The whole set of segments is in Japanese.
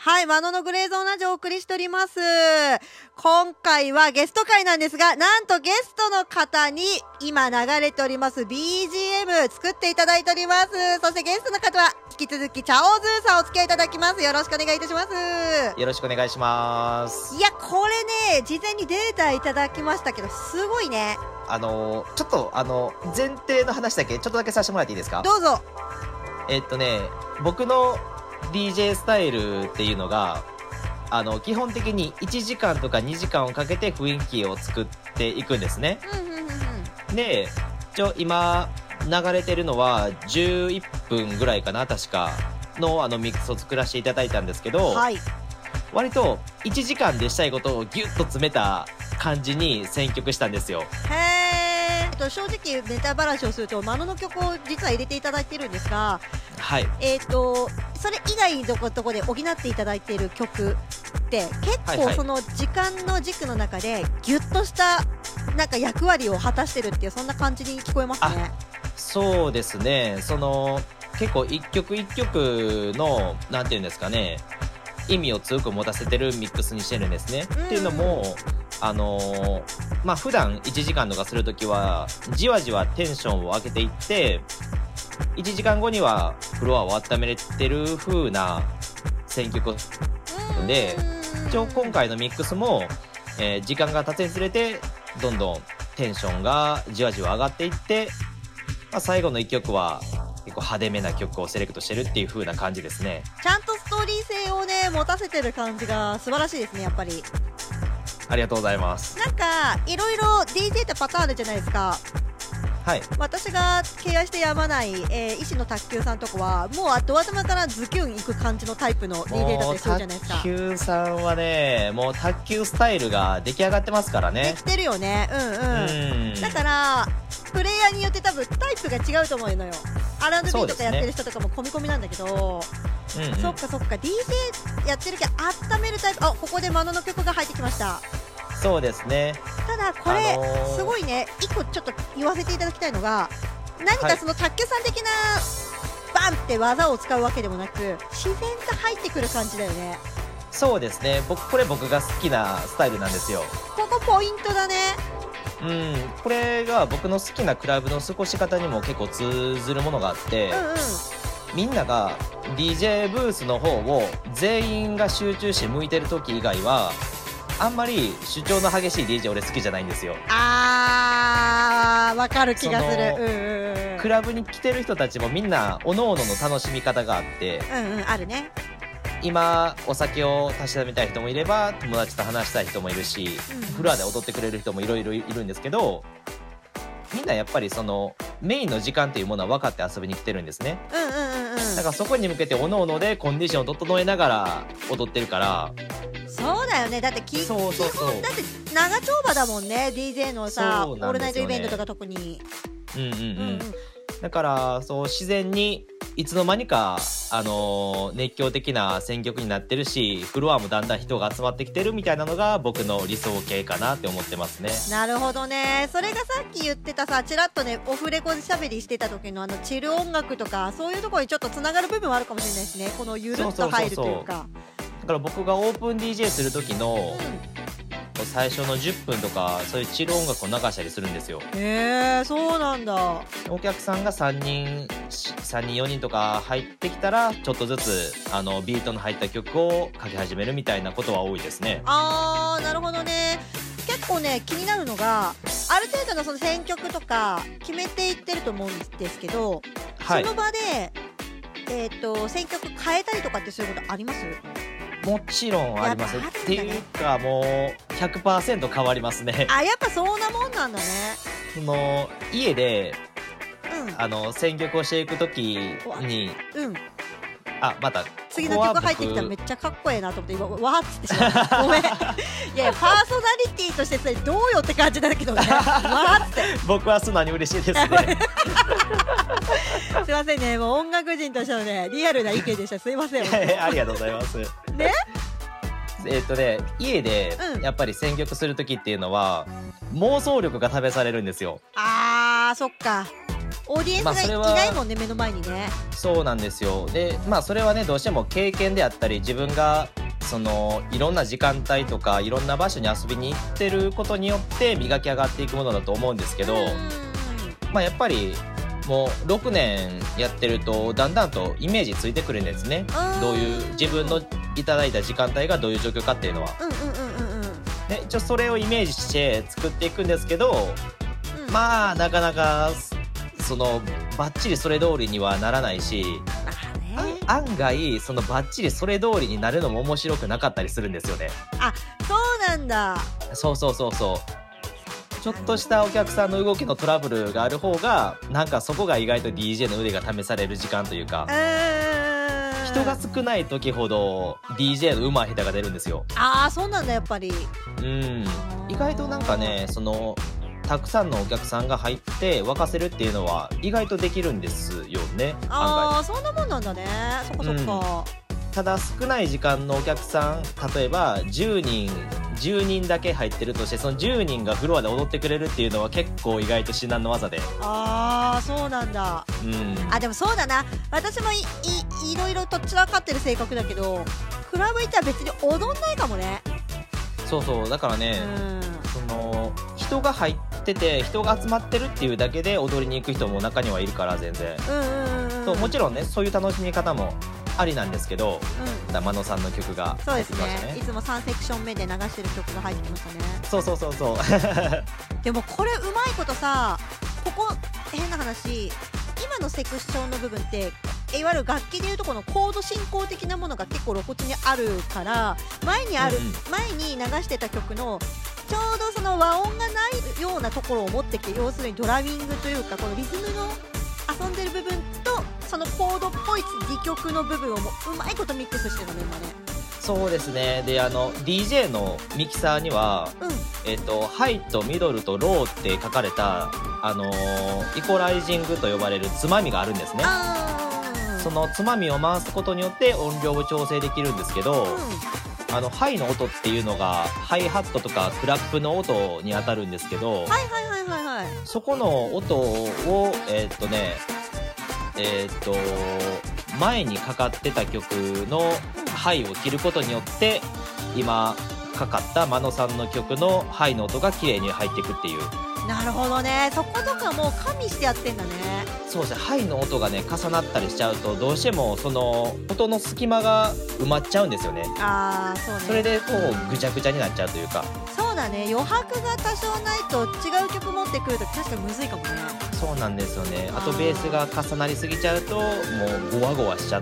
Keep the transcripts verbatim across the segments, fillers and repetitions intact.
はい、マノのグレーゾーンラジオをお送りしております。今回はゲスト会なんですが、なんとゲストの方に今流れております ビージーエム 作っていただいております。そしてゲストの方は引き続きチャオズーさんお付き合いいただきます。よろしくお願いいたします。 よろしくお願いします。 いや、これね、事前にデータいただきましたけど、すごいね。 あのちょっとあの前提の話だけちょっとだけさせてもらっていいですか？ どうぞ。 えっとね僕の ディージェー スタイルっていうのがあの基本的にいちじかんとかにじかんをかけて雰囲気を作っていくんですね。 うんうんうんうん。 でちょ今流れてるのはじゅういっぷんぐらいかな確かのあのミックスを作らせていただいたんですけど、 はい、 割といちじかんでしたいことをギュッと詰めた感じに選曲したんですよ。 へー、えっと、正直ネタばらしをするとマノの曲を実は入れていただいてるんですが、 はいえっとそれ以外のところで補っていただいている曲って結はいはい構その時間の軸の中でギュッとしたなんか役割を果たしてるっていうそんな感じに聞こえますね。 そうですね、その結構一曲一曲のなんていうんですかね、意味を強く持たせてるミックスにしてるんですね。 うん、 っていうのもあのー、まあ普段いちじかんとかするときはじわじわテンションを上げていっていちじかんごにはフロアを温めれてる風な選曲をするので、一応今回のミックスも、えー、時間が経つにつれてどんどんテンションがじわじわ上がっていって、まあ、最後のいっきょくは結構派手めな曲をセレクトしてるっていう風な感じですね。 ちゃんとストーリー性をね持たせてる感じが素晴らしいですね。やっぱりありがとうございます。 なんかいろいろ ディージェー ってパターンあるじゃないですか。 はい、 私が敬愛してやまない、えー、医師の卓球さんとかはもう後頭からズキュンいく感じのタイプの ディージェー だったりするじゃないですか。 卓球さんはねもう卓球スタイルが出来上がってますからね。 できてるよね。うんうん、 うん、 だからプレイヤーによって多分タイプが違うと思うのよ。 アールアンドビー とかやってる人とかも込み込みなんだけど、 うんうん、 そっかそっか ディージェー やってるけど温めるタイプ。あ、ここでマノの曲が入ってきました。 そうですね。 ただこれ、 あのー、 すごいね、一個ちょっと言わせていただきたいのが、何かその卓球さん的なバンって技を使うわけでもなく自然と入ってくる感じだよね。 そうですね、僕これ僕が好きなスタイルなんですよ。 ここポイントだね。 うん、これが僕の好きなクラブの過ごし方にも結構通ずるものがあって、 うんうん、 みんなが ディージェー ブースの方を全員が集中して向いてる時以外はあんまり主張の激しい ディージェー 俺好きじゃないんですよ。 あー、わかる気がする。うんうんうん、 クラブに来てる人たちもみんな各々の楽しみ方があって、 うんうん、あるね。 今お酒をたしなみたい人もいれば友達と話したい人もいるし、 うん、 フロアで踊ってくれる人もいろいろいるんですけど、みんなやっぱりそのメインの時間っていうものは分かって遊びに来てるんですね。 うんうんうんうん、 だからそこに向けて各々でコンディションを整えながら踊ってるから。 そうだよね。だってきそうそうそう、 基本だって長丁場だもんね ディージェー のさ、オールナイトイベントとか特に。 うんうんうん、うんうん、 だからそう自然にいつの間にか、あのー、熱狂的な選曲になってるし、フロアもだんだん人が集まってきてるみたいなのが僕の理想形かなって思ってますね。 なるほどね。それがさっき言ってたさ、ちらっとねオフレコでしゃべりしてた時のあのチル音楽とかそういうところにちょっとつながる部分はあるかもしれないですね。このゆるっと入るというか。そうそうそうそう、 だから僕がオープン ディージェー する時の、うん、最初のじゅっぷんとかそういうチル音楽を流したりするんですよ。 へー、そうなんだ。 お客さんがさんにんさんにんよにんとか入ってきたらちょっとずつあのビートの入った曲をかけ始めるみたいなことは多いですね。 あー、なるほどね。結構ね気になるのが、ある程度のその選曲とか決めていってると思うんですけど、はい、その場で、えー、と選曲変えたりとかってそういうことあります？ もちろんあります。っていうかもう ひゃくパーセント 変わりますね。 あ、やっぱそんなもんなんだね。 その家で、 うん、 あの選曲をしていくときに、 うん、 あ、また次の曲入ってきたらめっちゃかっこええなと思って今わーっつってしまったごめん。いやパーソナリティとしてそれどうよって感じだけどね。わーって。 僕は素直に嬉しいですね。 すいませんね、もう音楽人としてのねリアルな意見でした。すいません。 ありがとうございます。 ね。 えっとね、家でやっぱり選曲する時っていうのは、うん、妄想力が試されるんですよ。 あー、そっか。 オーディエンスがいないもんね、目の前にね。 そうなんですよ。でまあそれはねどうしても経験であったり、自分がそのいろんな時間帯とかいろんな場所に遊びに行ってることによって磨き上がっていくものだと思うんですけど、まあやっぱりもうろくねんやってるとだんだんとイメージついてくるんですね。どういう自分のいただいた時間帯がどういう状況かっていうのは、 うんうんうんうんうん、 ね、ちょそれをイメージして作っていくんですけど、うん、まあなかなかそのバッチリそれ通りにはならないし、案外そのバッチリそれ通りになるのも面白くなかったりするんですよね。 あ、そうなんだ。 そうそうそうそう。ちょっとしたお客さんの動きのトラブルがある方がなんかそこが意外と ディージェー の腕が試される時間というか、人が少ない時ほど ディージェー の上手い下手が出るんですよ。 ああ、そうなんだやっぱり。 うん、意外となんかね、そのたくさんのお客さんが入って沸かせるっていうのは意外とできるんですよね。 ああ、そんなもんなんだね。そっかそっか、 うん、ただ少ない時間のお客さん、例えばじゅうにんじゅうにんだけ入ってるとして、そのじゅうにんがフロアで踊ってくれるっていうのは結構意外と至難の業で。 ああ、そうなんだ。うん、あ、でもそうだな、私も い, い, いろいろと散らかってる性格だけど、クラブ行ったら別に踊んないかもね。 そうそう、だからね、うん、その人が入ってて人が集まってるっていうだけで踊りに行く人も中にはいるから全然、うんうんうんうん、そうもちろんねそういう楽しみ方もありなんですけど、うん、真野さんの曲が入ってきましたね。 そうですね、いつもさんセクション目で流してる曲が入ってきましたね。 そうそうそうそうでもこれうまいことさ、ここ変な話、今のセクションの部分っていわゆる楽器でいうとこのコード進行的なものが結構露骨にあるから、前にある、うんうん、前に流してた曲のちょうどその和音がないようなところを持ってきて、要するにドラミングというかこのリズムの遊んでる部分とそのコードっぽい戯曲の部分をもうまいことミックスしてるのね今ね。 そうですね。であの ディージェー のミキサーには、うん、えーと、ハイとミドルとローって書かれた、あのー、イコライジングと呼ばれるつまみがあるんですね。そのつまみを回すことによって音量を調整できるんですけど、うん、あのハイの音っていうのがハイハットとかクラップの音に当たるんですけど、はいはいはいはいはい、そこの音をえー、っとねえー、っと前にかかってた曲のハイを切ることによって今かかった真野さんの曲のハイの音が綺麗に入っていくっていう。 なるほどね、そことかもう加味してやってんだね。 そうですね、ハイの音がね重なったりしちゃうとどうしてもその音の隙間が埋まっちゃうんですよね。あー、そうね。それでこうぐちゃぐちゃになっちゃうというか。そうだね、余白が多少ないと違う曲持ってくると確かにむずいかもね。そうなんですよね。あとベースが重なりすぎちゃうともうゴワゴワしちゃって、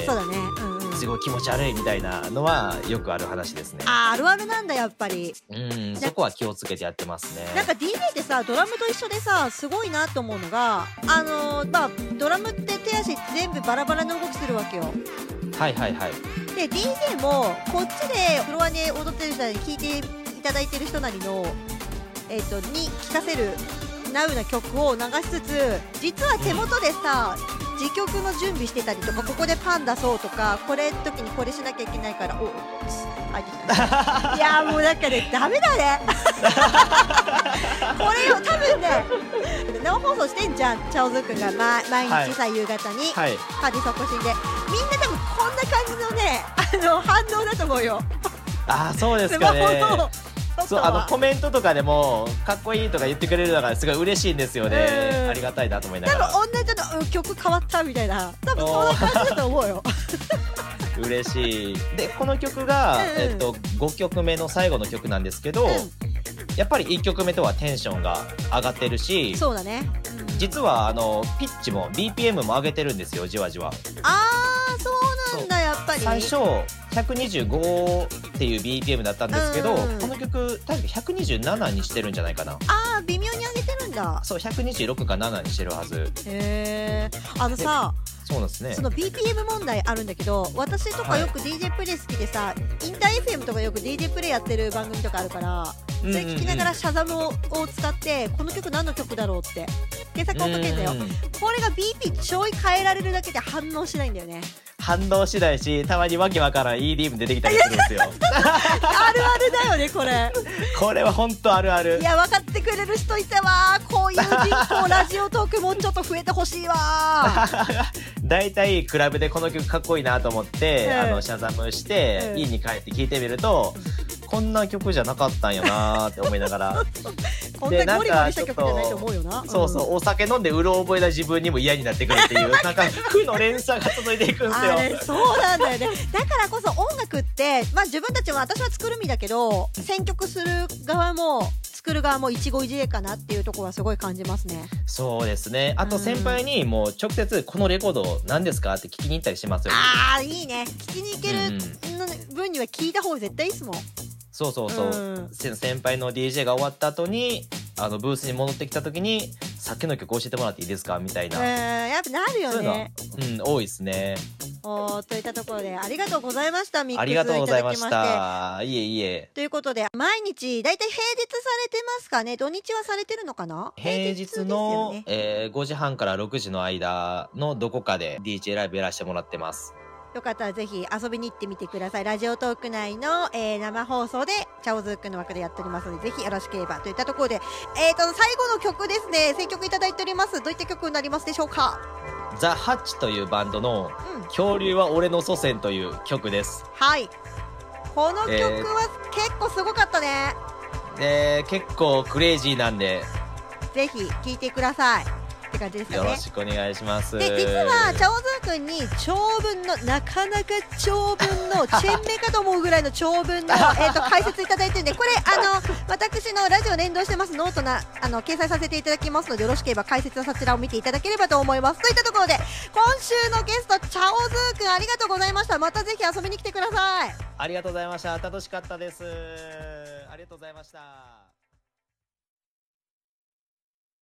そうだね、うんうん、すごい気持ち悪いみたいなのはよくある話ですね。あー、あるあるなんだやっぱり。うん、そこは気をつけてやってますね。なんか ディージェー ってさ、ドラムと一緒でさすごいなと思うのが、あのー、まあドラムって手足全部バラバラの動きするわけよ。はいはいはい。で ディージェー もこっちでフロアに踊ってる人に聴いていただいてる人なりの、えー、とに聴かせるナウな曲を流しつつ、実は手元でさ、うん、自曲の準備してたりとか、ここでパン出そうとか、これ時にこれしなきゃいけないから、お入ってきたいやもうなんかねダメだねこれよ、多分ね生放送してんじゃん、チャオズー君が、ま、毎日さ、はい、夕方に、はい、パディソコシンでみんな多分こんな感じのねあの反応だと思うよ。ああ、そうですかね。そう、あのコメントとかでもかっこいいとか言ってくれるのがすごい嬉しいんですよね。ありがたいなと思いながら。多分同じの曲変わったみたいな、多分そんな感じだと思うよ嬉しい。でこの曲が、うん、えっと、ごきょくめの最後の曲なんですけど、うん、やっぱりいっきょくめとはテンションが上がってるし、そうだね、うん、実はあのピッチも ビーピーエム も上げてるんですよ、じわじわ。あー、そうなんだ。やっぱり最初ひゃくにじゅうごっていう ビーピーエム だったんですけど、うん、この曲確かひゃくにじゅうななにしてるんじゃないかな。あー、微妙に上げてるんだ。そう、ひゃくにじゅうろくかななにしてるはず。へー、あのさ、そうなんですね。その ビーピーエム 問題あるんだけど、私とかよく ディージェー プレイ好きでさ、はい、インター エフエム とかよく ディージェー プレイやってる番組とかあるから、それ聞きながらシャザム を, を使ってこの曲何の曲だろうって検索をかけるんだよ。これが ビーピー ちょい変えられるだけで反応しないんだよね。 反応しないし、たまにわけわからん イーディー も出てきたりするんですよ。 あるあるだよね、これ。 これは本当あるある。 いや、分かってくれる人いたわ。こういう人口、ラジオトークもうちょっと増えてほしいわ。 だいたいクラブでこの曲かっこいいなと思って、 うん、 あのシャザムして、うん、家に帰って聴いてみると、こんな曲じゃなかったんよなーって思いながら。 こんなゴリゴリした曲じゃないと思うよな。 そうそう、うん、お酒飲んでうろ覚えな自分にも嫌になってくるっていう、なんか負の連鎖が続いていくんですよ。 あれ、そうなんだよね。だからこそ音楽って、まあ自分たちも、私は作る身だけど、選曲する側も、作る側も一期一会かなっていうところはすごい感じますね。 そうですね。あと先輩にもう直接このレコード何ですかって聞きに行ったりしますよ。 ああ、いいね。聞きに行ける分には聞いた方が絶対いいっすもん。 そうそうそう、うん、先輩の ディージェー が終わった後にあのブースに戻ってきた時にさっきの曲教えてもらっていいですかみたいな、 えー、やっぱなるよね。 そういうのは、うん、多いですね。 おといったところでありがとうございました。ミックスありがとうございました。いえいえ。 ということで毎日だいたい平日されてますかね。土日はされてるのかな。 平日の平日、ねえー、ごじはんからろくじの間のどこかで ディージェー ライブやらせてもらってます。 よかったらぜひ遊びに行ってみてください。ラジオトーク内の、えー、生放送でチャオズークの枠でやっておりますので、ぜひよろしければといったところで、えーと、最後の曲ですね。選曲いただいております。どういった曲になりますでしょうか。 ザ・ハッチというバンドの、うん、恐竜は俺の祖先という曲です。 はい。この曲は結構すごかったね。 えー、結構クレイジーなんで、 ぜひ聴いてください。って感じですかね。 よろしくお願いします。 で、実はチャオズー君に長文のなかなか長文のチェンメかと思うぐらいの長文のえっと解説いただいてるんで、これあの私のラジオ連動してますノートなあの掲載させていただきますので、よろしければ解説はそちらを見ていただければと思います。といったところで今週のゲストチャオズー君ありがとうございました。またぜひ遊びに来てください。 ありがとうございました。楽しかったです。ありがとうございました。